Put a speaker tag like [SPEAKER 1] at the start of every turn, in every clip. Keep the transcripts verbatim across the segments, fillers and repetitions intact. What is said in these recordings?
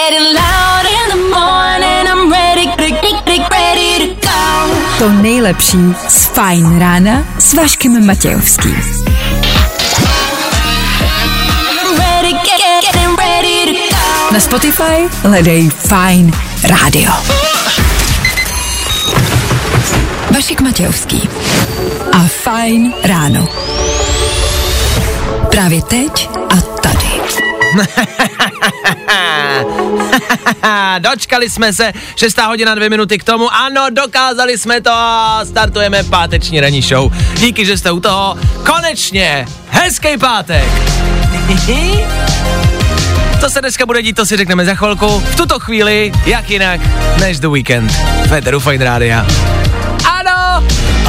[SPEAKER 1] To nejlepší z Fajn rána s Vaškem Matějovským. Na Spotify hledej Fajn rádio. Vašek Matějovský a Fajn ráno. Právě teď a tady.
[SPEAKER 2] Dočkali jsme se, šestá hodina dvě minuty k tomu, ano, dokázali jsme to, startujeme páteční ranní show. Díky, že jste u toho, konečně, hezký pátek. Co se dneska bude dít, to si řekneme za chvilku, v tuto chvíli, jak jinak, než The Weekend, v éteru Fajn rádia. Ano!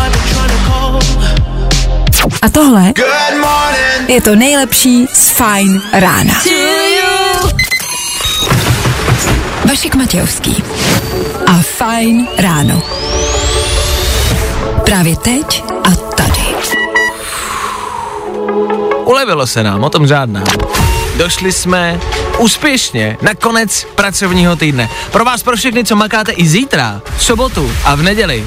[SPEAKER 1] A tohle je to nejlepší z Fajn rána. Vašek Matějovský a Fajn ráno. Právě teď a tady.
[SPEAKER 2] Ulevilo se nám, o tom žádná. Došli jsme úspěšně na konec pracovního týdne. Pro vás, pro všechny, co makáte i zítra, v sobotu a v neděli.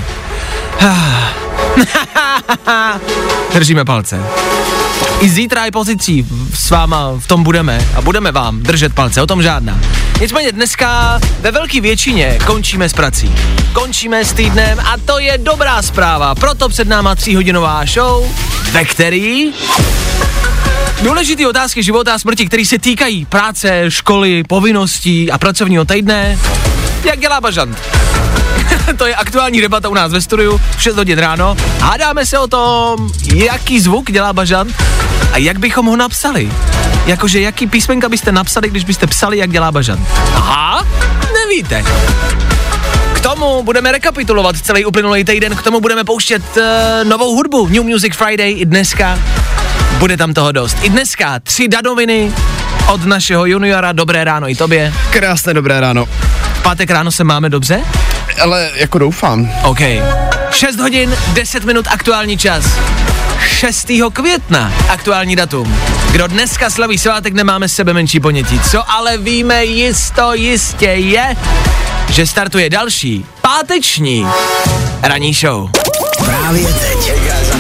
[SPEAKER 2] Držíme palce. I zítra i pozicí s váma v tom budeme a budeme vám držet palce, o tom žádná. Nicméně dneska ve velké většině končíme s prací. Končíme s týdnem a to je dobrá zpráva, proto před náma tříhodinová show, ve který důležitý otázky života a smrti, které se týkají práce, školy, povinností a pracovního týdne, jak dělá bažant. To je aktuální debata u nás ve studiu v šest hodin ráno. Hádáme se o tom, jaký zvuk dělá bažant a jak bychom ho napsali. Jakože jaký písmenka byste napsali, když byste psali, jak dělá bažant. Aha, nevíte. K tomu budeme rekapitulovat celý uplynulý týden, k tomu budeme pouštět uh, novou hudbu, New Music Friday i dneska. Bude tam toho dost. I dneska tři danoviny od našeho juniora. Dobré ráno i tobě.
[SPEAKER 3] Krásné dobré ráno.
[SPEAKER 2] V pátek ráno se máme dobře?
[SPEAKER 3] Ale jako doufám.
[SPEAKER 2] OK. šest hodin, deset minut aktuální čas. šestého května aktuální datum. Kdo dneska slaví svátek, nemáme sebe menší ponětí. Co ale víme jisto jistě je, že startuje další páteční ranní show.
[SPEAKER 4] Právě teď.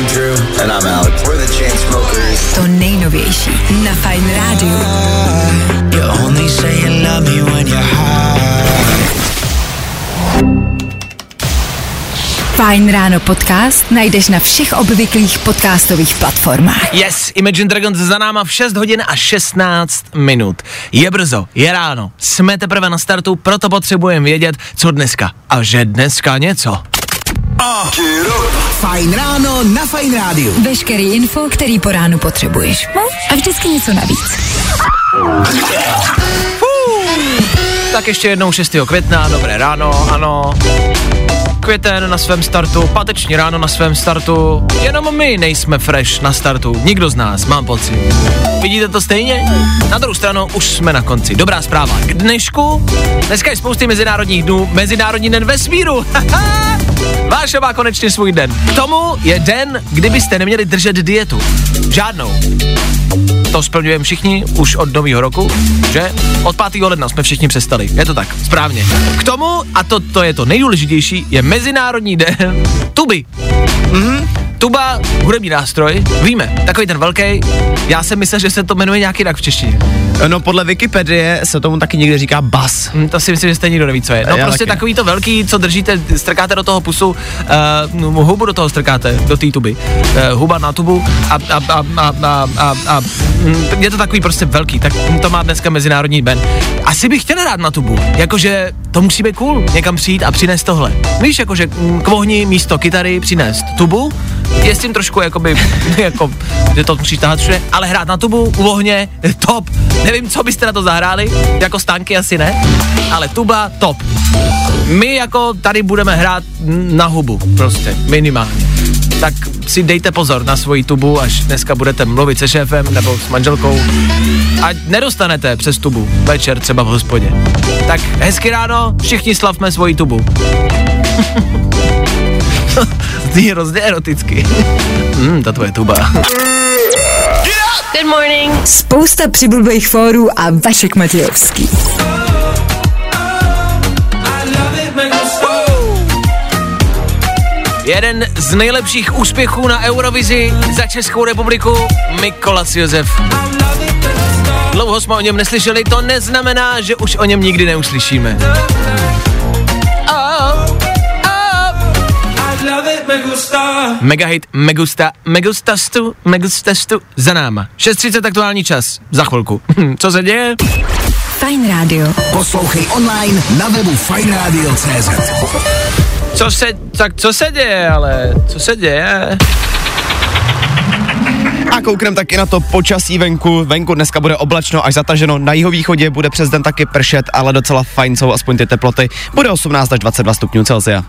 [SPEAKER 1] To nejnovější na Fajn rádiu. Fajn ráno podcast najdeš na všech obvyklých podcastových platformách.
[SPEAKER 2] Yes, Imagine Dragons za náma v šest hodin a šestnáct minut. Je brzo, je ráno, jsme teprve na startu, proto potřebujeme vědět, co dneska. A že dneska něco.
[SPEAKER 4] Oh. Fajn ráno na Fajn rádiu.
[SPEAKER 1] Veškerý info, který po ránu potřebuješ. No? A vždycky něco navíc.
[SPEAKER 2] Tak ještě jednou šestého května, dobré ráno, ano. Květen na svém startu, páteční ráno na svém startu. Jenom my nejsme fresh na startu, nikdo z nás, mám pocit. Vidíte to stejně? Na druhou stranu už jsme na konci. Dobrá zpráva k dnešku. Dneska je spousty mezinárodních dnů, Mezinárodní den vesmíru. Váš má konečně svůj den. K tomu je den, kdybyste neměli držet dietu. Žádnou. To splňujeme všichni už od nového roku, že? Od pátého ledna jsme všichni přestali. Je to tak, správně. K tomu, a to, to je to nejdůležitější, je Mezinárodní den tuby. Mhm. Tuba, hudební nástroj, víme, takový ten velký. Já jsem myslel, že se to jmenuje nějak jinak v češtině.
[SPEAKER 3] No podle Wikipedie se tomu taky někde říká bas.
[SPEAKER 2] Hmm, to si myslím, že jste nikdo neví, co je. No
[SPEAKER 3] Já
[SPEAKER 2] prostě
[SPEAKER 3] taky.
[SPEAKER 2] takový to velký, co držíte, strkáte do toho pusu, uh, hubu do toho strkáte, do té tuby. Uh, huba na tubu a, a, a, a, a, a, a mm, je to takový prostě velký, tak to má dneska Mezinárodní den. Asi bych chtěl rád na tubu, jakože to musí být cool, někam přijít a přinést tohle. Víš, jakože k ohni místo kytary přinést tubu, je s tím trošku jakoby, jako, že to musíš tahat všude, ale hrát na tubu, u ohně, top. Nevím, co byste na to zahráli, jako stánky asi ne, ale tuba, top. My jako tady budeme hrát na hubu, prostě, minimálně. Tak si dejte pozor na svoji tubu, až dneska budete mluvit se šéfem nebo s manželkou a nedostanete přes tubu večer třeba v hospodě. Tak hezky ráno, všichni slavme svoji tubu. Zní hrozně eroticky. Hmm, ta tvoje tuba.
[SPEAKER 1] Good morning. Spousta přibulbých fórů a Vašek Matějovský.
[SPEAKER 2] Jeden z nejlepších úspěchů na Eurovizi za Českou republiku, Mikolas Josef. Dlouho jsme o něm neslyšeli, to neznamená, že už o něm nikdy neuslyšíme. Oh, oh. Mega hit, Megusta, Megustastu, Megustastu za náma. šest třicet aktuální čas, za chvilku. Co se děje?
[SPEAKER 1] Fajn rádio.
[SPEAKER 4] Poslouchej online na webu fajn rádio tečka cé zet.
[SPEAKER 2] Co se, tak co se děje, ale, co se děje?
[SPEAKER 3] A kouknem taky na to počasí venku. Venku dneska bude oblačno až zataženo. Na jihovýchodě bude přes den taky pršet, ale docela fajn jsou aspoň ty teploty. Bude osmnáct až dvacet dva stupňů Celsia.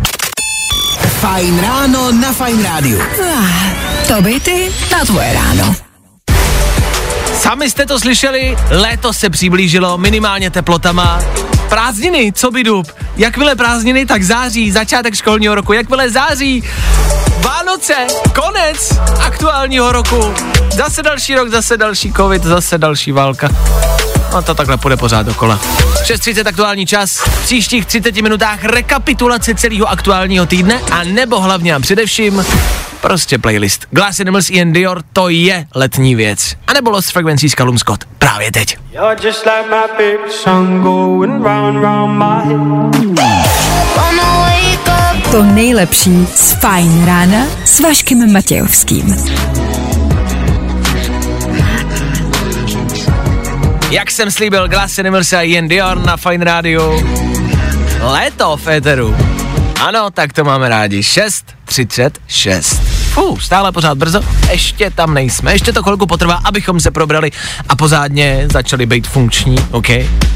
[SPEAKER 4] Fajn ráno na Fajn rádiu.
[SPEAKER 1] To by ty na tvoje ráno.
[SPEAKER 2] Sami jste to slyšeli, léto se přiblížilo minimálně teplotama. Prázdniny, co by dub? Jakmile prázdniny, tak září, začátek školního roku. Jakmile září, Vánoce, konec aktuálního roku. Zase další rok, zase další covid, zase další válka. No to takhle půjde pořád dokola. šest třicet aktuální čas, v příštích třiceti minutách rekapitulace celého aktuálního týdne a nebo hlavně a především prostě playlist. Glass Animals Ian Dior, to je letní věc. A nebo Lost Frequencies Callum Scott, právě teď.
[SPEAKER 1] To nejlepší z Fajn rána s Vaškem Matějovským.
[SPEAKER 2] Jak jsem slíbil, Glass Animals a Ian Dior na Fajn rádiu. Léto v éteru. Ano, tak to máme rádi. šest třicet šest. Fů, stále pořád brzo, ještě tam nejsme, ještě to chvilku potrvá, abychom se probrali a pořádně začali být funkční, OK?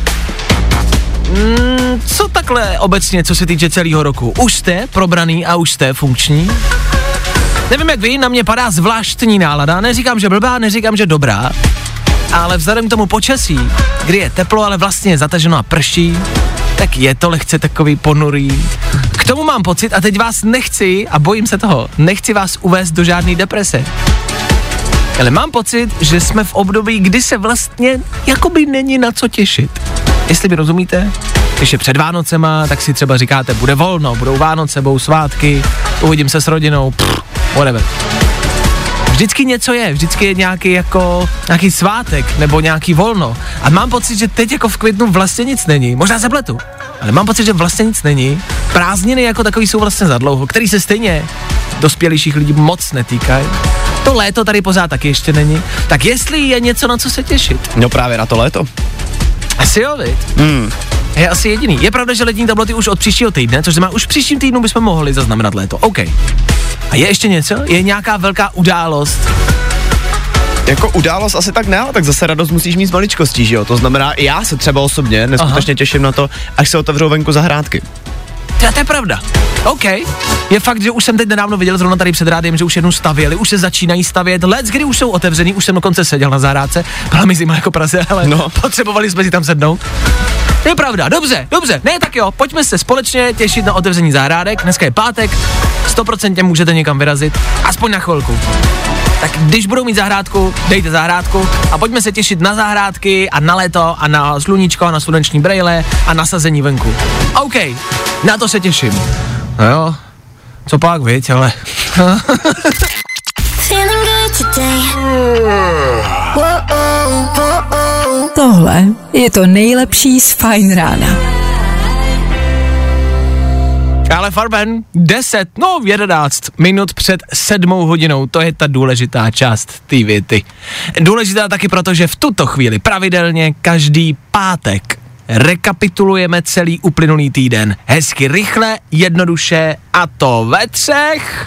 [SPEAKER 2] Mm, co takhle obecně, co se týče celého roku? Už jste probraný a už jste funkční? Nevím jak vy, na mě padá zvláštní nálada, neříkám, že blbá, neříkám, že dobrá, ale vzhledem k tomu počasí, kdy je teplo, ale vlastně je zataženo a prší, tak je to lehce takový ponurý. K tomu mám pocit, a teď vás nechci, a bojím se toho, nechci vás uvést do žádný deprese. Ale mám pocit, že jsme v období, kdy se vlastně jakoby není na co těšit. Jestli mi rozumíte? Když je před Vánocema, tak si třeba říkáte, bude volno, budou Vánoce, budou svátky, uvidím se s rodinou, pff, whatever. Vždycky něco je, vždycky je nějaký jako, nějaký svátek nebo nějaký volno. A mám pocit, že teď jako v květnu vlastně nic není. Možná se pletu, ale mám pocit, že vlastně nic není. Prázdniny jako takový jsou vlastně za dlouho, který se stejně dospělejších lidí moc netýkají. To léto tady pořád taky ještě není. Tak jestli je něco, na co se těšit?
[SPEAKER 3] No právě na to léto.
[SPEAKER 2] Asi jo, viď?
[SPEAKER 3] Hmm.
[SPEAKER 2] Je asi jediný. Je pravda, že letní teploty už od příštího týdne, což znamená, už v příštím týdnu bychom mohli zaznamenat léto. OK. A je ještě něco? Je nějaká velká událost?
[SPEAKER 3] Jako událost asi tak ne, ale tak zase radost musíš mít z maličkostí, že jo? To znamená, já se třeba osobně neskutečně těším na to, až se otevřou venku zahrádky.
[SPEAKER 2] To, to je pravda. OK. Je fakt, že už jsem teď nedávno viděl zrovna tady před rádiem, že už jednou stavěli, už se začínají stavět, let, kdy už jsou otevřený, už jsem dokonce seděl na zahrádce, byla mi zima jako Praze, ale no. Potřebovali jsme si tam sednout. Je pravda, dobře, dobře, ne tak jo, pojďme se společně těšit na otevření zahrádek, dneska je pátek, sto procent můžete někam vyrazit, aspoň na chvilku. Tak když budou mít zahrádku, dejte zahrádku a pojďme se těšit na zahrádky a na léto a na sluníčko a na sluneční brejle a na sazení venku. OK, na to se těším. No jo, co pak, viď, ale...
[SPEAKER 1] Tohle je to nejlepší z Fajn rána.
[SPEAKER 2] Ale Farben, deset, no jedenáct minut před sedmou hodinou, to je ta důležitá část té věty. Důležitá taky proto, že v tuto chvíli pravidelně každý pátek rekapitulujeme celý uplynulý týden. Hezky rychle, jednoduše a to ve třech.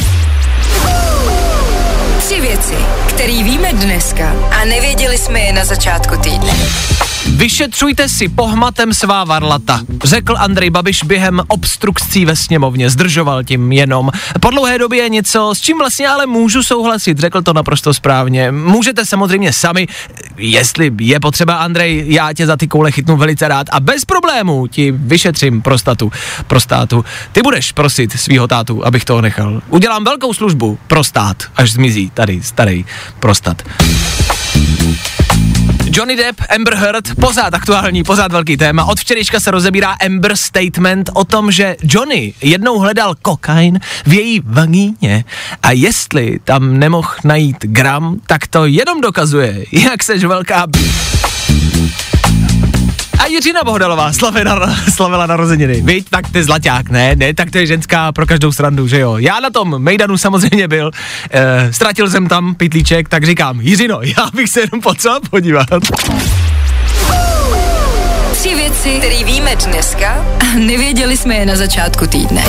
[SPEAKER 1] Tři věci, které víme dneska a nevěděli jsme je na začátku týdne.
[SPEAKER 2] Vyšetřujte si pohmatem svá varlata, řekl Andrej Babiš během obstrukcí ve sněmovně, zdržoval tím jenom. Po dlouhé době je něco, s čím vlastně ale můžu souhlasit, řekl to naprosto správně. Můžete samozřejmě sami, jestli je potřeba, Andrej, já tě za ty koule chytnu velice rád a bez problémů ti vyšetřím prostatu, prostátu. Ty budeš prosit svýho tátu, abych toho nechal. Udělám velkou službu pro stát, až zmizí tady starý prostat. Johnny Depp, Amber Heard, pořád aktuální, pořád velký téma. Od včerejška se rozebírá Amber statement o tom, že Johnny jednou hledal kokain v její vagíně a jestli tam nemohl najít gram, tak to jenom dokazuje, jak seš velká b... A Jiřina Bohdalová slavila, slavila narozeniny. Víš, tak ty zlaťák, ne, ne, tak to je ženská pro každou srandu, že jo. Já na tom mejdanu samozřejmě byl, e, ztratil jsem tam pytlíček, tak říkám, Jiřino, já bych se jenom potřeboval podívat.
[SPEAKER 1] Tři věci, které víme dneska a nevěděli jsme je na začátku týdne.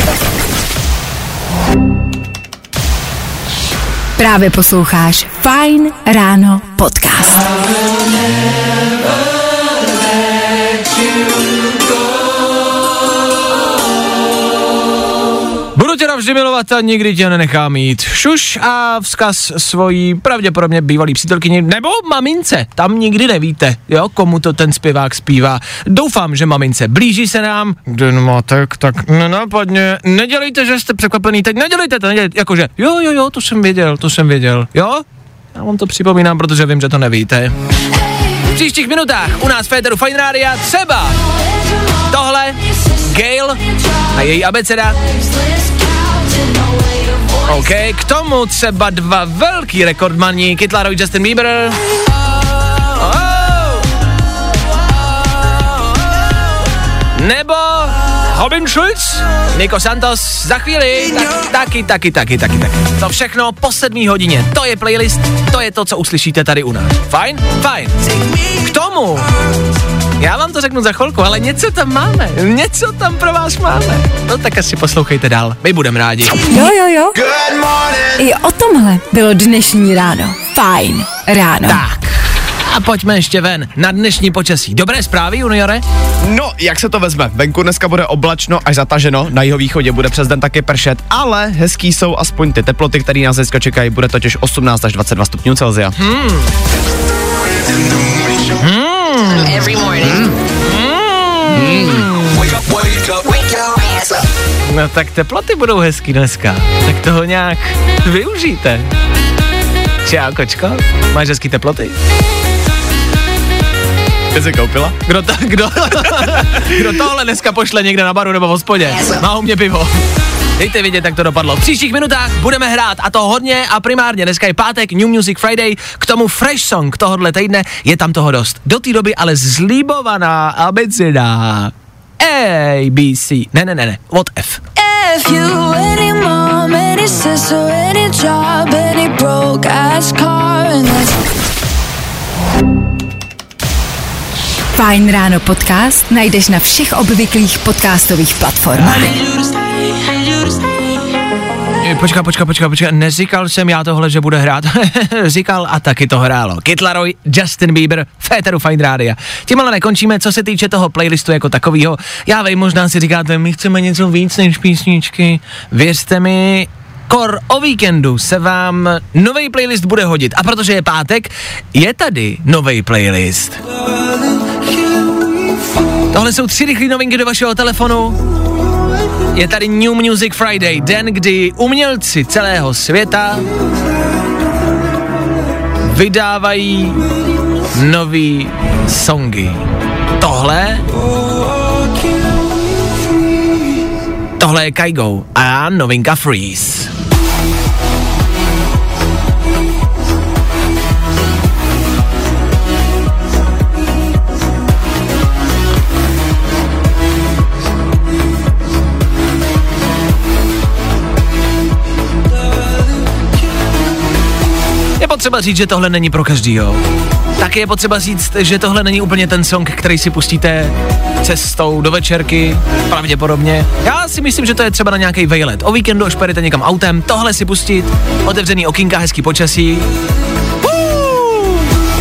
[SPEAKER 5] Právě posloucháš Fajn ráno podcast.
[SPEAKER 2] Budu tě navždy milovat a nikdy tě nenechám jít. Šuš a vzkaz svojí pravděpodobně bývalý přítelkyni nebo mamince. Tam nikdy nevíte, jo, komu to ten zpěvák zpívá. Doufám, že mamince. Blíží se nám. Den matek, tak nenápadně. Nedělejte, že jste překvapený, tak nedělejte to, nedělejte. Jakože, jo, jo, jo, to jsem věděl, to jsem věděl, jo? Já vám to připomínám, protože vím, že to nevíte. V příštích minutách u nás v Féteru Fajn Rádia třeba tohle, Gayle a její abeceda. OK, k tomu třeba dva velký rekordmani, Kid Laroi, Justin Bieber. Oh. Nebo Robin Schulz, Nico Santos, za chvíli, tak, taky, taky, taky, taky, taky. To všechno po sedmý hodině, to je playlist, to je to, co uslyšíte tady u nás. Fajn? Fajn. K tomu, já vám to řeknu za chvilku, ale něco tam máme, něco tam pro vás máme. No tak asi poslouchejte dál, my budeme rádi.
[SPEAKER 5] Jo, jo, jo. I o tomhle bylo dnešní ráno. Fajn ráno.
[SPEAKER 2] Tak. A pojďme ještě ven na dnešní počasí. Dobré zprávy, juniore?
[SPEAKER 3] No, jak se to vezme? Venku dneska bude oblačno až zataženo, na jihovýchodě bude přes den taky pršet, ale hezký jsou aspoň ty teploty, které nás dneska čekají, bude totiž osmnáct až dvacet dva stupňů Celsia.
[SPEAKER 2] Hmm. Hmm.
[SPEAKER 1] Every morning.
[SPEAKER 2] Hmm. No tak teploty budou hezký dneska, tak toho nějak využijte. Čau, kočko, máš hezký teploty?
[SPEAKER 3] Ty jsi koupila?
[SPEAKER 2] Kdo, ta, kdo, kdo tohle dneska pošle někde na baru nebo v hospodě? Má u mě pivo. Dejte vidět, jak to dopadlo. V příštích minutách budeme hrát a to hodně a primárně. Dneska je pátek, New Music Friday, k tomu fresh song tohohle týdne, je tam toho dost. Do té doby ale zlíbovaná abeceda. A, B, C, ne, ne, ne, ne, what F.
[SPEAKER 6] If you any mom, any sister, any job, any broke ass car and that's...
[SPEAKER 5] Fajn ráno podcast najdeš na všech obvyklých podcastových platformách.
[SPEAKER 2] Počka, počka, počka, počka, neříkal jsem já tohle, že bude hrát. Říkal a taky to hrálo. Kid Laroi, Justin Bieber, Féteru Fajn Rádia. Tím ale nekončíme, co se týče toho playlistu jako takového. Já vím, možná si říkáte, my chceme něco víc než písničky. Věřte mi, kor o víkendu se vám nový playlist bude hodit. A protože je pátek, je tady nový playlist. Tohle jsou tři rychlé novinky do vašeho telefonu. Je tady New Music Friday, den, kdy umělci celého světa vydávají nový songy. Tohle Tohle je Kygo a novinka Freeze. Je potřeba říct, že tohle není pro každýho. Taky je potřeba říct, že tohle není úplně ten song, který si pustíte cestou do večerky, pravděpodobně. Já si myslím, že to je třeba na nějaký vejlet. O víkendu, až pojedete někam autem, tohle si pustit, otevřený okýnka, hezký počasí. Uuu.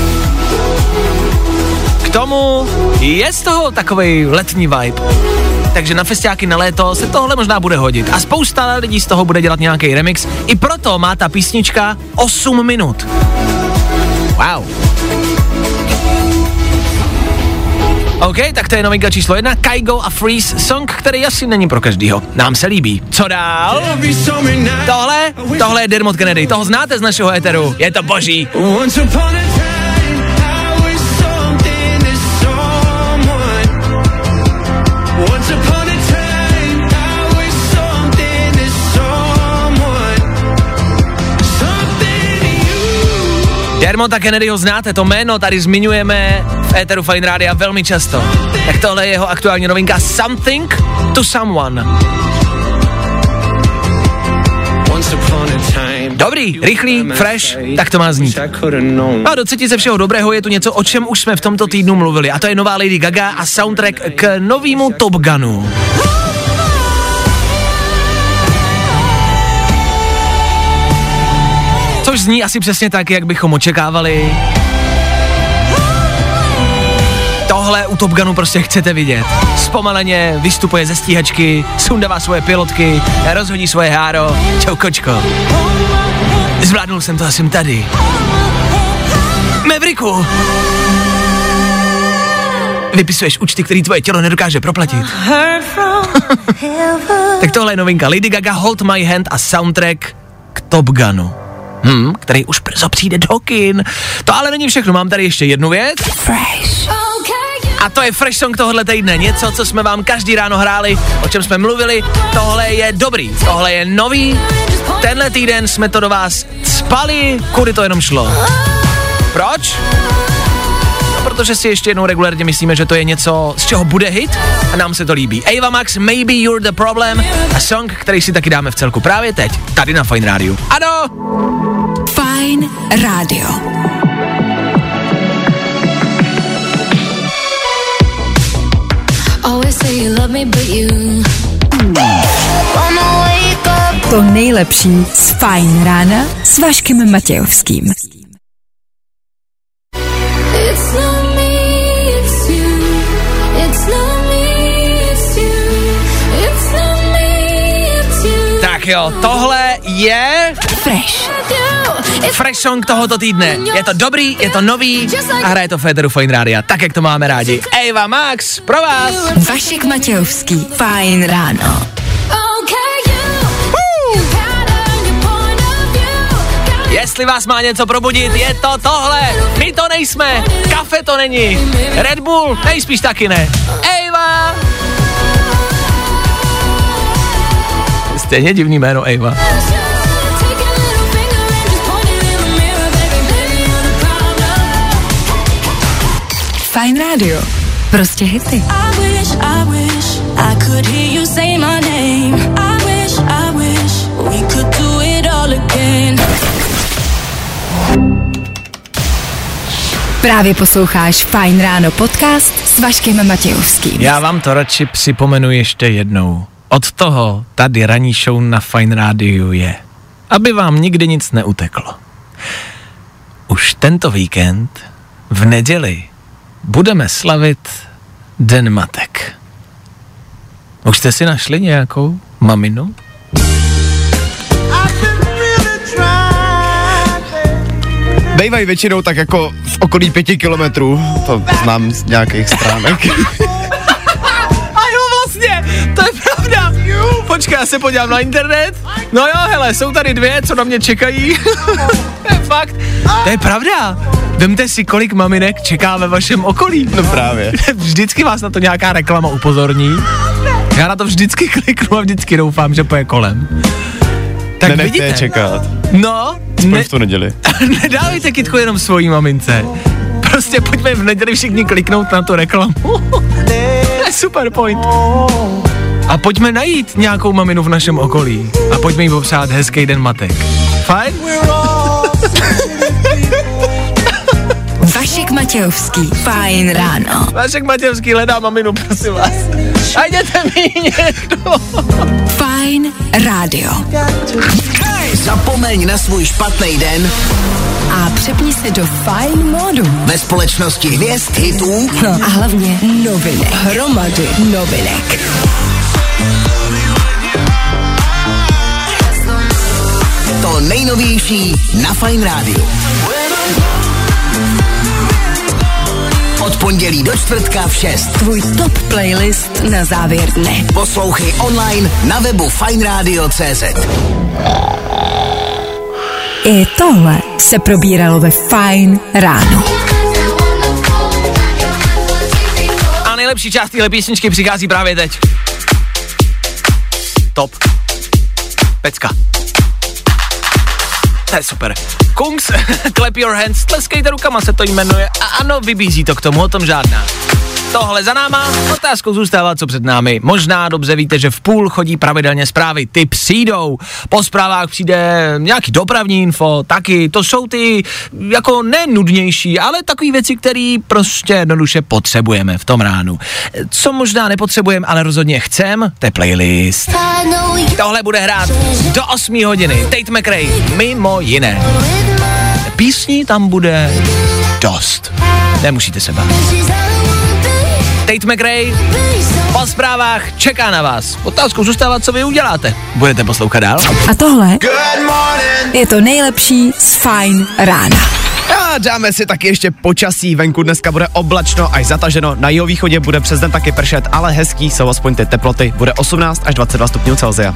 [SPEAKER 2] K tomu je z toho takovej letní vibe. Takže na festiáky na léto se tohle možná bude hodit. A spousta lidí z toho bude dělat nějaký remix. I proto má ta písnička osm minut. Wow. OK, tak to je novinka číslo jedna. Kygo a Freeze, song, který asi není pro každýho. Nám se líbí. Co dál? Tohle? Tohle je Dermot Kennedy. Toho znáte z našeho éteru. Je to boží. Dermota Kennedyho znáte, to jméno tady zmiňujeme v éteru Fajn Rádia velmi často. Tak tohle je jeho aktuální novinka Something to Someone. Dobrý, rychlý, fresh, tak to má znít. A do třetice všeho dobrého je tu něco, o čem už jsme v tomto týdnu mluvili. A to je nová Lady Gaga a soundtrack k novému Top Gunu. Což zní asi přesně tak, jak bychom očekávali. Tohle u Top Gunu prostě chcete vidět. Zpomaleně vystupuje ze stíhačky, sundává svoje pilotky, rozhodí svoje háro. Čau, kočko. Zvládnul jsem to a jsem tady. Mavericku! Vypisuješ účty, který tvoje tělo nedokáže proplatit. Tak tohle je novinka. Lady Gaga, Hold My Hand a soundtrack k Top Gunu. Hmm, který už brzo přijde do kin. To ale není všechno, mám tady ještě jednu věc.
[SPEAKER 5] Fresh.
[SPEAKER 2] A to je fresh song tohle týdne, něco, co jsme vám každý ráno hráli, o čem jsme mluvili. Tohle je dobrý, tohle je nový. Tenhle týden jsme to do vás cpali, kudy to jenom šlo. Proč? No, protože si ještě jednou regulérně myslíme, že to je něco, z čeho bude hit a nám se to líbí. Ava Max, Maybe You're the Problem a song, který si taky dáme v celku právě teď, tady na Fajn Rádiu. Ano!
[SPEAKER 5] Fajn Rádio. To nejlepší z Fajn rána s Vaškem Matějovským.
[SPEAKER 2] Tak jo, tohle je
[SPEAKER 5] Fresh.
[SPEAKER 2] fresh song tohoto týdne. Je to dobrý, je to nový a hraje to v éteru Fajn Rádia, tak jak to máme rádi. Ava Max, pro vás!
[SPEAKER 5] Vašek Matějovský, Fajn ráno.
[SPEAKER 2] Jestli vás má něco probudit, je to tohle. My to nejsme, kafe to není, Red Bull nejspíš taky ne. Ava! Stejně divný jméno Ava.
[SPEAKER 5] Fajn rádio. Prostě hity. Právě posloucháš Fajn ráno podcast s Vaškem Matějovským.
[SPEAKER 2] Já vám to radši připomenu ještě jednou. Od toho tady ranní show na Fajn rádiu je, aby vám nikdy nic neuteklo. Už tento víkend v neděli budeme slavit Den matek. Už jste si našli nějakou maminu?
[SPEAKER 3] Bejvají většinou tak jako v okolí pěti kilometrů, to znám z nějakých stránek.
[SPEAKER 2] A jo, vlastně, to je pravda. Počkej, já se podívám na internet. No jo, hele, jsou tady dvě, co na mě čekají. To je fakt, to je pravda. Vemte si, kolik maminek čeká ve vašem okolí.
[SPEAKER 3] No právě.
[SPEAKER 2] Vždycky vás na to nějaká reklama upozorní. Já na to vždycky kliknu a vždycky doufám, že poje kolem. Tak
[SPEAKER 3] Nenechte
[SPEAKER 2] vidíte.
[SPEAKER 3] je čekat.
[SPEAKER 2] No,
[SPEAKER 3] ne, v tu neděli.
[SPEAKER 2] Nedávejte kytku jenom svojí mamince. Prostě pojďme v neděli všichni kliknout na tu reklamu. To je super point. A pojďme najít nějakou maminu v našem okolí. A pojďme jí popřát hezký den matek. Fajn?
[SPEAKER 5] Vašek Matějovský, Fajn ráno.
[SPEAKER 2] Vašek Matějovský hledá maminu, prosím vás. Najděte mi někdo.
[SPEAKER 5] Fajn rádio.
[SPEAKER 4] Zapomeň na svůj špatný den
[SPEAKER 5] A přepni se do Fajn módu.
[SPEAKER 4] ve společnosti hvězd, hitů
[SPEAKER 5] No a hlavně novinek. Hromady novinek.
[SPEAKER 4] to nejnovější na Fajn rádiu. Od pondělí do čtvrtka v šest.
[SPEAKER 5] Tvůj top playlist na závěr dne.
[SPEAKER 4] Poslouchej online na webu fajn rádio tečka cé zet.
[SPEAKER 5] I tohle se probíralo ve Fajn ráno.
[SPEAKER 2] A nejlepší část téhle písničky přichází právě teď. Top. Pecka. To je super. Kungs, clap your hands, tleskejte rukama se to jmenuje. A ano, vybízí to k tomu, o tom žádná. Tohle za náma, otázkou zůstává, co před námi. Možná dobře víte, že v půl chodí pravidelně zprávy, ty přijdou. Po zprávách přijde nějaký dopravní info, taky. To jsou ty jako nenudnější, ale takový věci, které prostě jednoduše potřebujeme v tom ránu. Co možná nepotřebujeme, ale rozhodně chcem, to je playlist. Tohle bude hrát do osmé hodiny. Tate McRae, mimo jiné. Písní tam bude dost. Nemusíte se bát. Tate McRae po zprávách čeká na vás. Otázkou zůstává, co vy uděláte. Budete poslouchat dál?
[SPEAKER 5] A tohle je to nejlepší z Fajn rána.
[SPEAKER 3] A dáme si taky ještě počasí. Venku dneska bude oblačno až zataženo. Na jihovýchodě bude přes den taky pršet, ale hezký jsou aspoň ty teploty. Bude osmnáct až dvacet dva stupňů Celsia.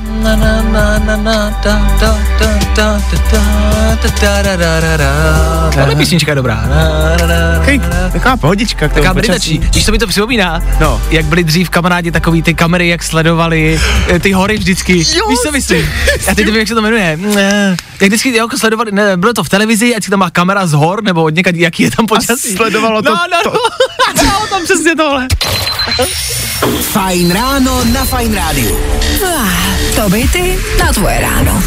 [SPEAKER 2] Tohle písnička je dobrá.
[SPEAKER 3] Hej, taková pohodička.
[SPEAKER 2] Taková meditační. Když to mi to připomíná, no. Jak byli dřív kamarádi takový ty kamery, jak sledovali ty hory vždycky. Jo, víš co myslím? Já teď nevím, jak se to jmenuje. Jak vždycky jako sledovali, ne, bylo to v televizi, ať si tam má kamera z hor, nebo od někdy, jaký je tam počasí.
[SPEAKER 3] A sledovalo to.
[SPEAKER 2] No, no, no. No, tam přesně tohle.
[SPEAKER 4] Fajn ráno na Fajn rádiu.
[SPEAKER 5] To by ty na tvoje ráno.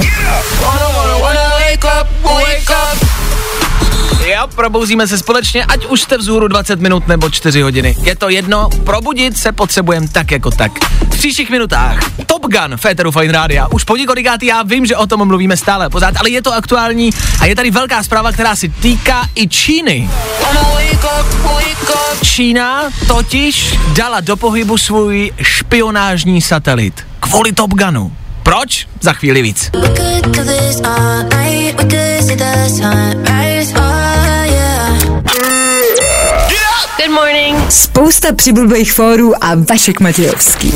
[SPEAKER 2] Jo, probouzíme se společně, ať už jste vzhůru dvacet minut nebo čtyři hodiny. Je to jedno, probudit se potřebujeme tak jako tak. V příštích minutách Top Gun v éteru Fajn rádia. Už po několikátý, já vím, že o tom mluvíme stále pořád, ale je to aktuální a je tady velká zpráva, která se týká i Číny. Čína totiž dala do pohybu svůj špionážní satelit kvůli Top Gunu. Proč? Za chvíli víc.
[SPEAKER 1] Good morning.
[SPEAKER 5] Spousta přibulbých fórů a Vašek Matějovský.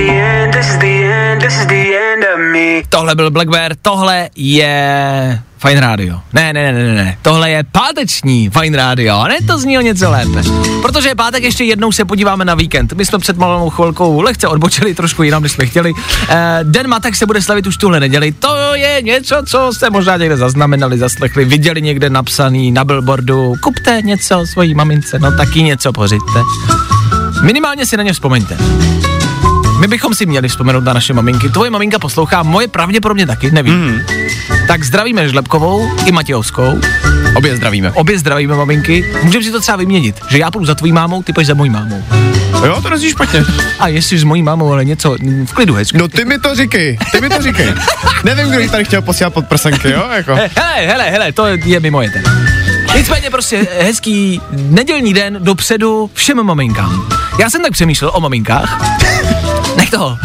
[SPEAKER 2] Tohle byl Black Bear, tohle je Fajn rádio. Ne, ne, ne, ne, ne, tohle je páteční Fajn rádio, a ne, to zní o něco lépe. Protože je pátek, ještě jednou se podíváme na víkend. My jsme před malou chvilkou lehce odbočili, trošku jinam, než jsme chtěli. E, Den matek se bude slavit už tuhle neděli. To je něco, co jste možná někde zaznamenali, zaslechli, viděli někde napsaný na billboardu. Kupte něco svojí mamince, no taky něco pořiďte. Minimálně si na ně vzpomeňte. My bychom si měli vzpomenout na naše maminky. Tvoje maminka poslouchá, moje pravděpodobně taky, nevím. Mm. Tak zdravíme Žlebkovou i Matějovskou.
[SPEAKER 3] Obě zdravíme.
[SPEAKER 2] Obě zdravíme maminky. Můžeme si to třeba vyměnit, že já půjdu za tvojí mámou, ty půjdeš za mojí mámou.
[SPEAKER 3] Jo, to nezní špatně.
[SPEAKER 2] A jestli s mojí mámou, ale něco v klidu, hezky.
[SPEAKER 3] No ty mi to říkej, ty mi to říkej. Nevím, kdo jich tady chtěl posílat pod prsenky, jo, jako.
[SPEAKER 2] Hele, hele, hele, to je mimo je ten. Nicméně prostě hezký nedělní den dopředu všem maminkám. Já jsem tak přemýšlel o maminkách. Nech toho.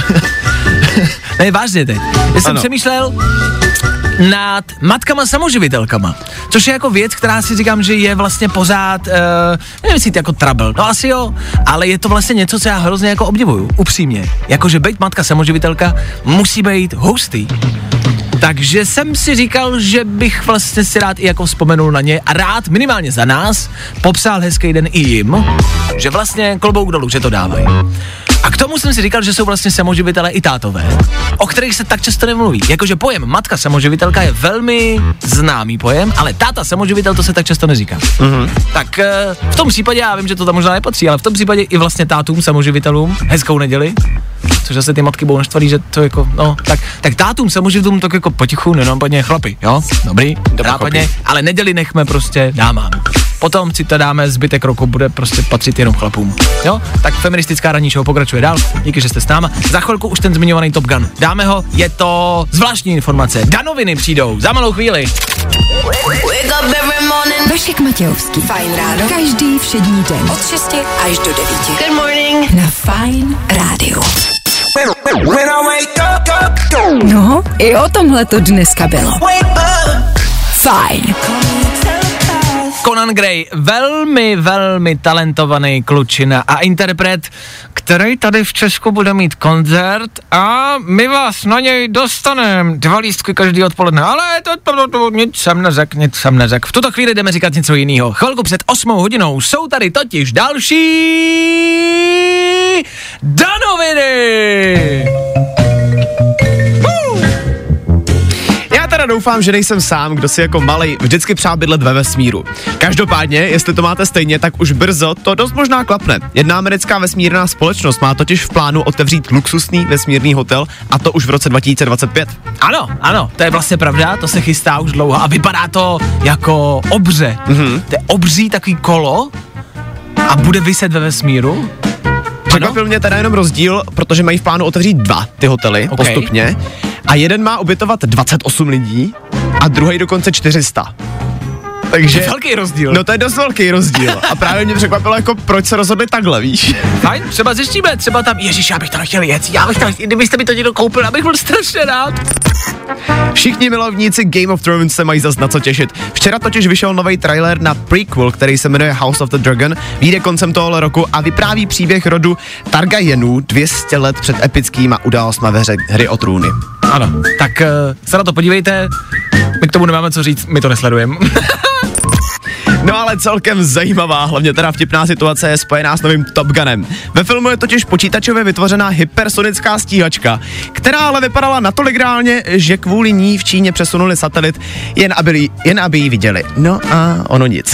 [SPEAKER 2] Ne, vážně teď. Já jsem ano. přemýšlel nad matkama samoživitelkama, což je jako věc, která si říkám, že je vlastně pořád, uh, nevím, jestli to jako trouble, no asi jo, ale je to vlastně něco, co já hrozně jako obdivuju, upřímně. Jakože být matka samoživitelka musí být hustý. Takže jsem si říkal, že bych vlastně si rád i jako vzpomenul na ně a rád minimálně za nás popsal hezký den i jim, že vlastně klobouk dolů, že to dávají. A k tomu jsem si říkal, že jsou vlastně samoživitelé i tátové, o kterých se tak často nemluví. Jakože pojem matka samoživitelka je velmi známý pojem, ale táta samoživitel to se tak často neříká. Mm-hmm. Tak v tom případě, já vím, že to tam možná nepatří, ale v tom případě i vlastně tátům samoživitelům hezkou neděli, což zase ty matky budou naštvaný, že to jako, no, tak, tak tátům samoživitelům tak jako potichu, nenápadně chlapi, jo, dobrý, nápadně, ale neděli nechme prostě dámám. Potom si to dáme, zbytek roku bude prostě patřit jenom chlapům. Jo? Tak feministická ranní show pokračuje dál. Díky, že jste s náma. Za chvilku už ten zmiňovaný Top Gun. Dáme ho, je to zvláštní informace. Danoviny přijdou za malou chvíli.
[SPEAKER 5] Vašek Matějovský. Fajn ráno. Každý všední den.
[SPEAKER 1] Od šesti až do devíti. Good morning.
[SPEAKER 5] Na Fajn rádiu. No, i o tomhle to dneska bylo. Fajn.
[SPEAKER 2] Conan Gray, velmi, velmi talentovaný klučina a interpret, který tady v Česku bude mít koncert a my vás na něj dostaneme. Dva lístky každý odpoledne, ale to, to, to, to nic jsem neřek, nic jsem neřek. V tuto chvíli jdeme říkat něco jiného. Chvilku před osmou hodinou jsou tady totiž další Danoviny.
[SPEAKER 3] doufám, že nejsem sám, kdo si jako malej vždycky přál bydlet ve vesmíru. Každopádně, jestli to máte stejně, tak už brzo to dost možná klapne. Jedna americká vesmírná společnost má totiž v plánu otevřít luxusní vesmírný hotel, a to už v roce dva tisíce dvacet pět.
[SPEAKER 2] Ano, ano, to je vlastně pravda, to se chystá už dlouho a vypadá to jako obře. Mm-hmm. To je obří takový kolo a bude viset ve vesmíru.
[SPEAKER 3] Překvapil mě teda jenom rozdíl, protože mají v plánu otevřít dva ty hotely okay. postupně a jeden má ubytovat dvacet osm lidí a druhý dokonce čtyři sta. Takže,
[SPEAKER 2] to je velký rozdíl.
[SPEAKER 3] No to je dost velký rozdíl a právě mě překvapilo, jako proč se rozhodli takhle, víš.
[SPEAKER 2] Fajn, třeba zjistíme, třeba tam, ježiš, já bych to nechtěl jet, já bych to, kdybyste mi to někdo koupil, abych byl strašně rád.
[SPEAKER 3] Všichni milovníci Game of Thrones se mají zas na co těšit. Včera totiž vyšel nový trailer na prequel, který se jmenuje House of the Dragon, vyjde koncem tohoto roku a vypráví příběh rodu Targaryenů dvě stě let před epickýma událostmi ve hře Hry o trůny.
[SPEAKER 2] Ano, tak uh, se na to podívejte, my k tomu nemáme co říct, my to nesledujeme.
[SPEAKER 3] No ale celkem zajímavá, hlavně teda vtipná situace je spojená s novým Top Gunem. Ve filmu je totiž počítačově vytvořená hypersonická stíhačka, která ale vypadala natolik reálně, že kvůli ní v Číně přesunuli satelit, jen aby, jen aby ji viděli. No a ono nic.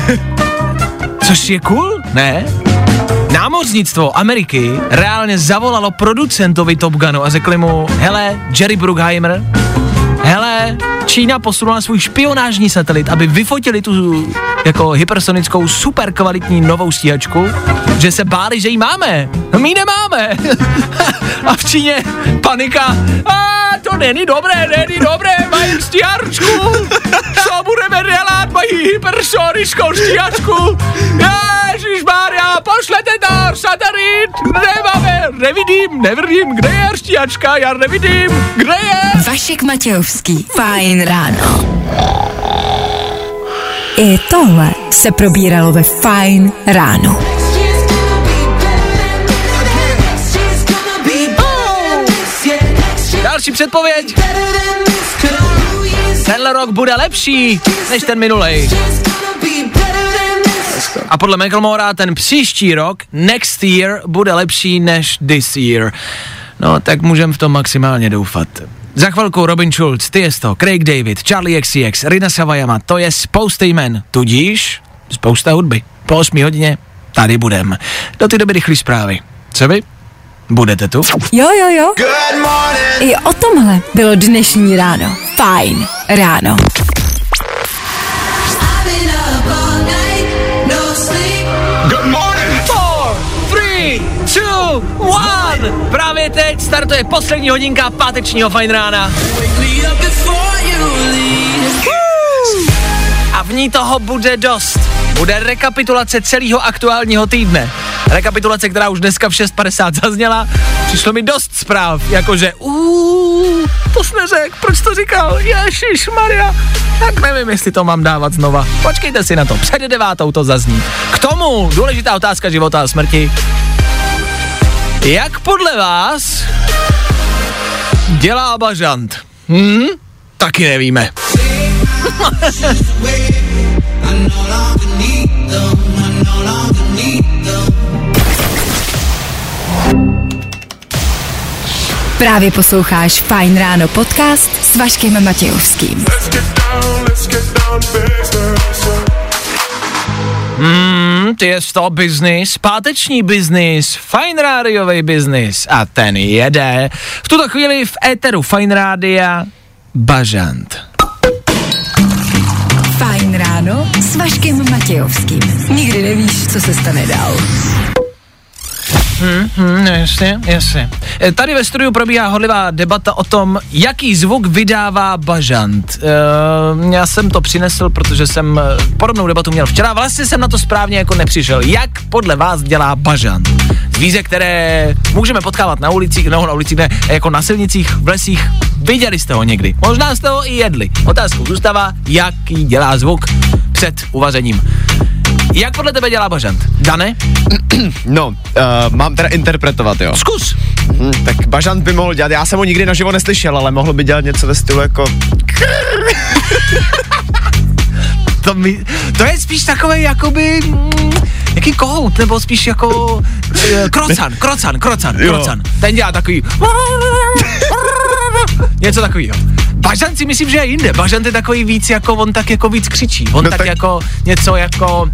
[SPEAKER 2] Což je cool, ne? Námořnictvo Ameriky reálně zavolalo producentovi Top Gunu a řekli mu, hele, Jerry Bruckheimer, hele, Čína posunula svůj špionážní satelit, aby vyfotili tu jako hypersonickou super kvalitní novou stíhačku, že se báli, že ji máme. No my ji nemáme. A v Číně panika. A to není dobré, není dobré, mají stíhačku. Co budeme dělat, mají hypersonickou stíhačku. Ježišmarja, pošlete to, satelit, nemáme, nevidím, nevidím, kde je stíhačka, já nevidím, kde je?
[SPEAKER 5] Vašek Matějovský, Fajn ráno. I tohle se probíralo ve Fajn ráno.
[SPEAKER 2] Další předpověď. Tenhle rok bude lepší než ten minulej. A podle Macklemora ten příští rok, next year, bude lepší než this year. No, tak můžem v tom maximálně doufat. Za chvilku Robin Schulz, Tiesto, Craig David, Charlie X C X, Rina Sawayama, to je spousta jmen, tudíž spousta hudby. Po osmí hodině tady budem. Do té doby rychlý zprávy. Co vy? Budete tu?
[SPEAKER 5] Jo, jo, jo. I o tomhle bylo dnešní ráno. Fajn ráno.
[SPEAKER 2] Two, one. Právě teď startuje poslední hodinka pátečního Fajn rána. A v ní toho bude dost. Bude rekapitulace celého aktuálního týdne. Rekapitulace, která už dneska v šest padesát zazněla. Přišlo mi dost zpráv, jakože uuuu, to jsi neřekl, proč to říkal, ježišmarja. Tak nevím, jestli to mám dávat znova. Počkejte si na to, před devátou to zazní. K tomu důležitá otázka života a smrti. Jak podle vás dělá bažant? Hm? Taky nevíme.
[SPEAKER 5] Právě posloucháš Fajn ráno podcast s Vaškem Matějovským.
[SPEAKER 2] Hmm, ty je to business, páteční business, Fajn rádiový business a ten jede. V tuto chvíli v éteru Fajn rádia Bažant.
[SPEAKER 5] Fajn ráno s Vaškem Matějovským. Nikdy nevíš, co se stane dál.
[SPEAKER 2] Hmm, hmm, jasně, jasně. Tady ve studiu probíhá horlivá debata o tom, jaký zvuk vydává bažant. E, já jsem to přinesl, protože jsem podobnou debatu měl včera, vlastně jsem na to správně jako nepřišel. Jak podle vás dělá bažant? Zvíře, které můžeme potkávat na ulicích, no na ulicích ne, jako na silnicích, v lesích. Viděli jste ho někdy, možná jste ho i jedli. Otázkou zůstává, jaký dělá zvuk před uvařením. Jak podle tebe dělá bažant? Dane?
[SPEAKER 3] No, uh, mám teda interpretovat, jo.
[SPEAKER 2] Zkus.
[SPEAKER 3] Hmm, tak bažant by mohl dělat, já jsem ho nikdy naživo neslyšel, ale mohl by dělat něco ve stylu jako...
[SPEAKER 2] to, mi, to je spíš takovej jakoby... Mm, jaký kohout, nebo spíš jako... Uh, krocan, krocan, krocan, krocan. Ten dělá takový... něco takovýho. Bažant si myslím, že je jinde. Bažant je takový víc jako, on tak jako víc křičí. On
[SPEAKER 3] no
[SPEAKER 2] tak,
[SPEAKER 3] tak
[SPEAKER 2] jako něco jako...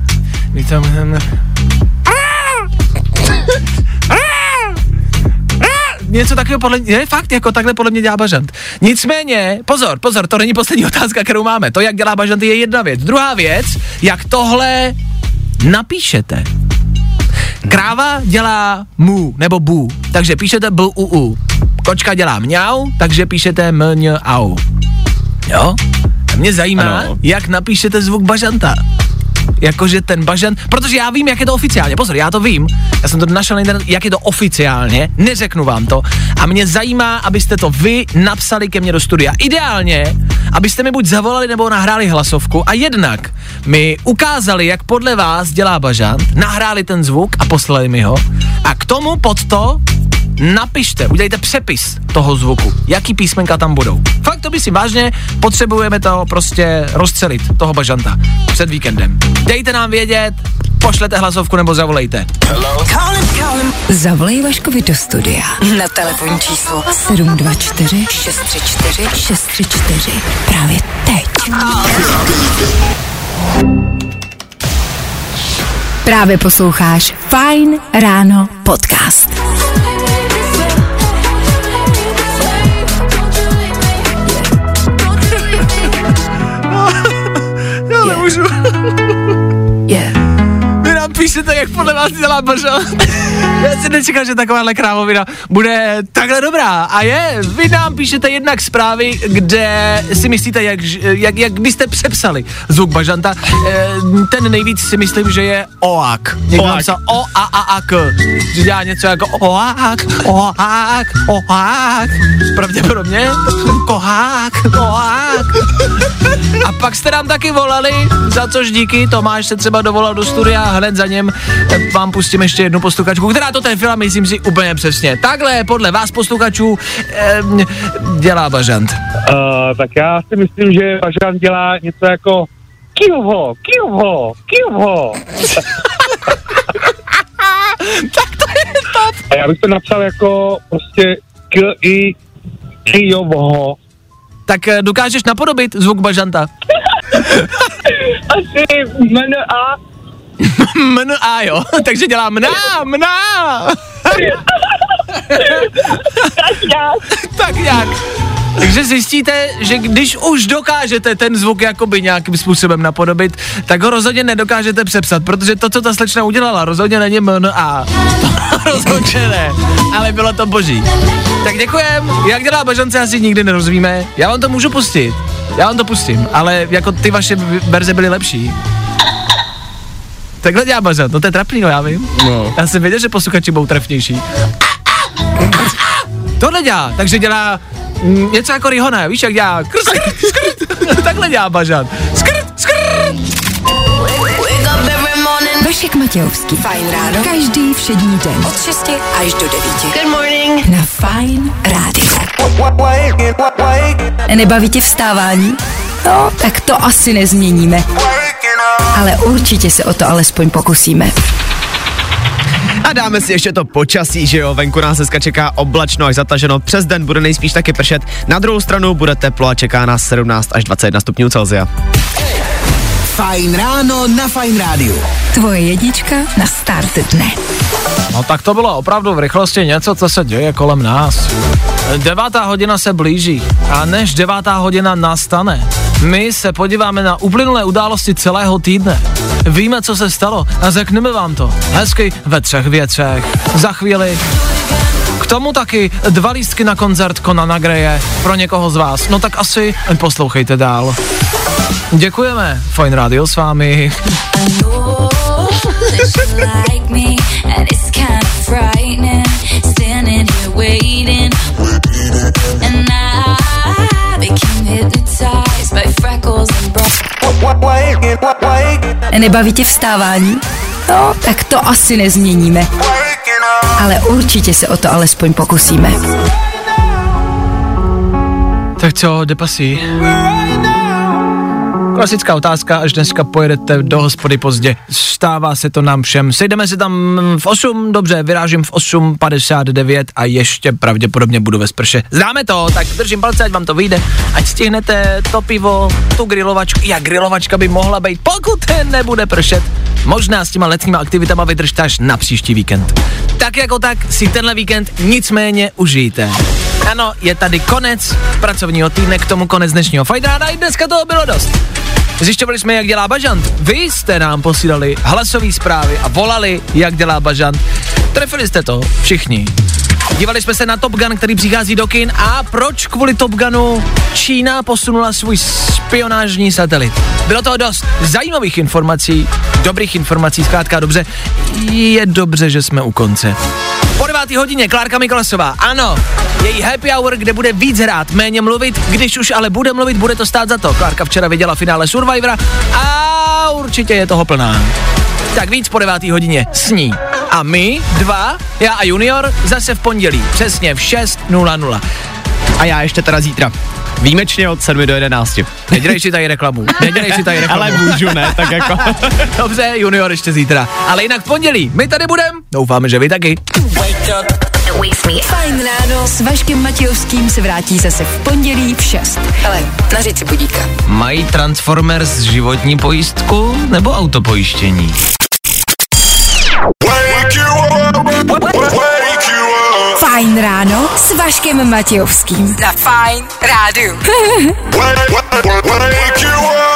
[SPEAKER 2] Něco takového podle mě, ne, fakt, jako takhle podle mě dělá bažant. Nicméně, pozor, pozor, to není poslední otázka, kterou máme. To, jak dělá bažant, je jedna věc. Druhá věc, jak tohle napíšete. Kráva dělá mu nebo bu, takže píšete b u u. Kočka dělá mňau, takže píšete m ň au. Jo? A mě zajímá, ano. Jak napíšete zvuk bažanta. Jakože ten bažant, protože já vím, jak je to oficiálně, pozor, já to vím, já jsem to našel na internetu, jak je to oficiálně, neřeknu vám to a mě zajímá, abyste to vy napsali ke mně do studia. Ideálně, abyste mi buď zavolali nebo nahráli hlasovku a jednak mi ukázali, jak podle vás dělá bažant, nahráli ten zvuk a poslali mi ho a k tomu pod to napište, udělejte přepis toho zvuku, jaký písmenka tam budou. Fakt to by si vážně, potřebujeme to prostě rozcelit, toho bažanta, před víkendem. Dejte nám vědět, pošlete hlasovku nebo zavolejte.
[SPEAKER 5] Zavolej Vaškovi do studia
[SPEAKER 1] Na telefonní číslo
[SPEAKER 5] sedm dva čtyři
[SPEAKER 1] šest tři čtyři
[SPEAKER 5] šest tři čtyři právě teď. Právě posloucháš Fajn ráno podcast.
[SPEAKER 2] Já nemůžu. Yeah. Vy nám píšete, jak podle vás dělá bažant. Já si nečekal, že takováhle krávovina bude takhle dobrá. A je, vy nám píšete jednak zprávy, kde si myslíte, jak, jak, jak byste přepsali zvuk bažanta. Ten nejvíc si myslím, že je oák. Někdo napsal o a a a k. Že dělá něco jako oák, oák, oák. Pravděpodobně kohák, oák. A pak jste nám taky volali, za což díky, Tomáš se třeba dovolal do studia a hned za něm vám pustím ještě jednu posluchačku, která to ten film, myslím si, úplně přesně. Takhle podle vás posluchačů eh, dělá bažant.
[SPEAKER 7] Uh, tak já si myslím, že bažant dělá něco jako kývho, kývho, kývho.
[SPEAKER 2] Tak to je top.
[SPEAKER 7] A já bych to napsal jako prostě k i kývho.
[SPEAKER 2] Tak eh, dokážeš napodobit zvuk bažanta?
[SPEAKER 7] Asi jmen a
[SPEAKER 2] Mn a jo, takže dělá mná, mná.
[SPEAKER 7] tak nějak.
[SPEAKER 2] tak nějak. Takže zjistíte, že když už dokážete ten zvuk jakoby nějakým způsobem napodobit, tak ho rozhodně nedokážete přepsat, protože to, co ta slečna udělala, rozhodně není mn a. To rozhodně ne, ale bylo to boží. Tak děkujem, jak dělá bažant, se asi nikdy nerozvíme, já vám to můžu pustit, já vám to pustím, ale jako ty vaše verze byly lepší. Takhle dělá bažant, no to je trapný, no já vím. No. Já jsem věděl, že posluchači budou trefnější. Tohle dělá, takže dělá mm, něco jako Rihona, víš, jak dělá skrt, skrt. Takhle dělá bažant. Skrt, skrt.
[SPEAKER 5] Vašek Matějovský.
[SPEAKER 1] Fajn ráno.
[SPEAKER 5] Každý všední den.
[SPEAKER 1] Od šesti až do devíti. Good morning.
[SPEAKER 5] Na Fajn rádiu. Nebaví tě vstávání? No, tak to asi nezměníme. Ale určitě se o to alespoň pokusíme.
[SPEAKER 3] A dáme si ještě to počasí, že jo, venku nás dneska čeká oblačno až zataženo, přes den bude nejspíš taky pršet, na druhou stranu bude teplo a čeká nás sedmnáct až dvacet jedna stupňů Celsia.
[SPEAKER 4] Fajn ráno na Fajn rádiu.
[SPEAKER 5] Tvoje jednička na start dne.
[SPEAKER 2] No tak to bylo opravdu v rychlosti něco, co se děje kolem nás. Devátá hodina se blíží a než devátá hodina nastane, my se podíváme na uplynulé události celého týdne. Víme, co se stalo a řekneme vám to hezky ve třech věcech. Za chvíli k tomu taky dva lístky na koncert Conana Greje pro někoho z vás. No tak asi poslouchejte dál. Děkujeme, Fajn rádio s vámi.
[SPEAKER 5] Nebaví tě vstávání? No, tak to asi nezměníme. Ale určitě se o to alespoň pokusíme.
[SPEAKER 2] Tak co, Depasí? Klasická otázka, až dneska pojedete do hospody pozdě. Stává se to nám všem. Sejdeme se tam v osm, dobře, vyrážím v osm padesát devět a ještě pravděpodobně budu ve sprše. Známe to, tak držím palce, ať vám to vyjde. Ať stihnete to pivo, tu grilovačku. Ja, grilovačka by mohla být, pokud nebude pršet. Možná s těma letníma aktivitama vydržte až na příští víkend. Tak jako tak si tenhle víkend nicméně užijte. Ano, je tady konec pracovního týdne, k tomu konec dnešního Fajn rána, i dneska toho bylo dost. Zjišťovali jsme, jak dělá bažant. Vy jste nám posílali hlasové zprávy a volali, jak dělá bažant. Trefili jste to všichni. Dívali jsme se na Top Gun, který přichází do kin, a proč kvůli Top Gunu Čína posunula svůj špionážní satelit. Bylo toho dost zajímavých informací, dobrých informací, zkrátka dobře. Je dobře, že jsme u konce. Po devátý hodině Klárka Mikolasová, ano, její happy hour, kde bude víc hrát, méně mluvit, když už ale bude mluvit, bude to stát za to. Klárka včera viděla finále Survivora a určitě je toho plná. Tak víc po devátý hodině s ní. A my, dva, já a Junior, zase v pondělí, přesně v šest nula nula.
[SPEAKER 3] A já ještě teda zítra. Výjimečně od sedmi do jedenácti.
[SPEAKER 2] Nedělej si tady reklamu, nedělej si tady reklamu.
[SPEAKER 3] Ale můžu, ne, tak jako.
[SPEAKER 2] Dobře, Junior ještě zítra. Ale jinak v pondělí, my tady budem, doufáme, že vy taky.
[SPEAKER 5] Fajn ráno s Vaškem Matějovským se vrátí zase v pondělí v šest.
[SPEAKER 1] Ale nařiď si budíka.
[SPEAKER 2] Mají Transformers životní pojistku nebo autopojištění?
[SPEAKER 5] Fajn ráno s Vaškem Matějovským.
[SPEAKER 1] Na Fajn rádiu.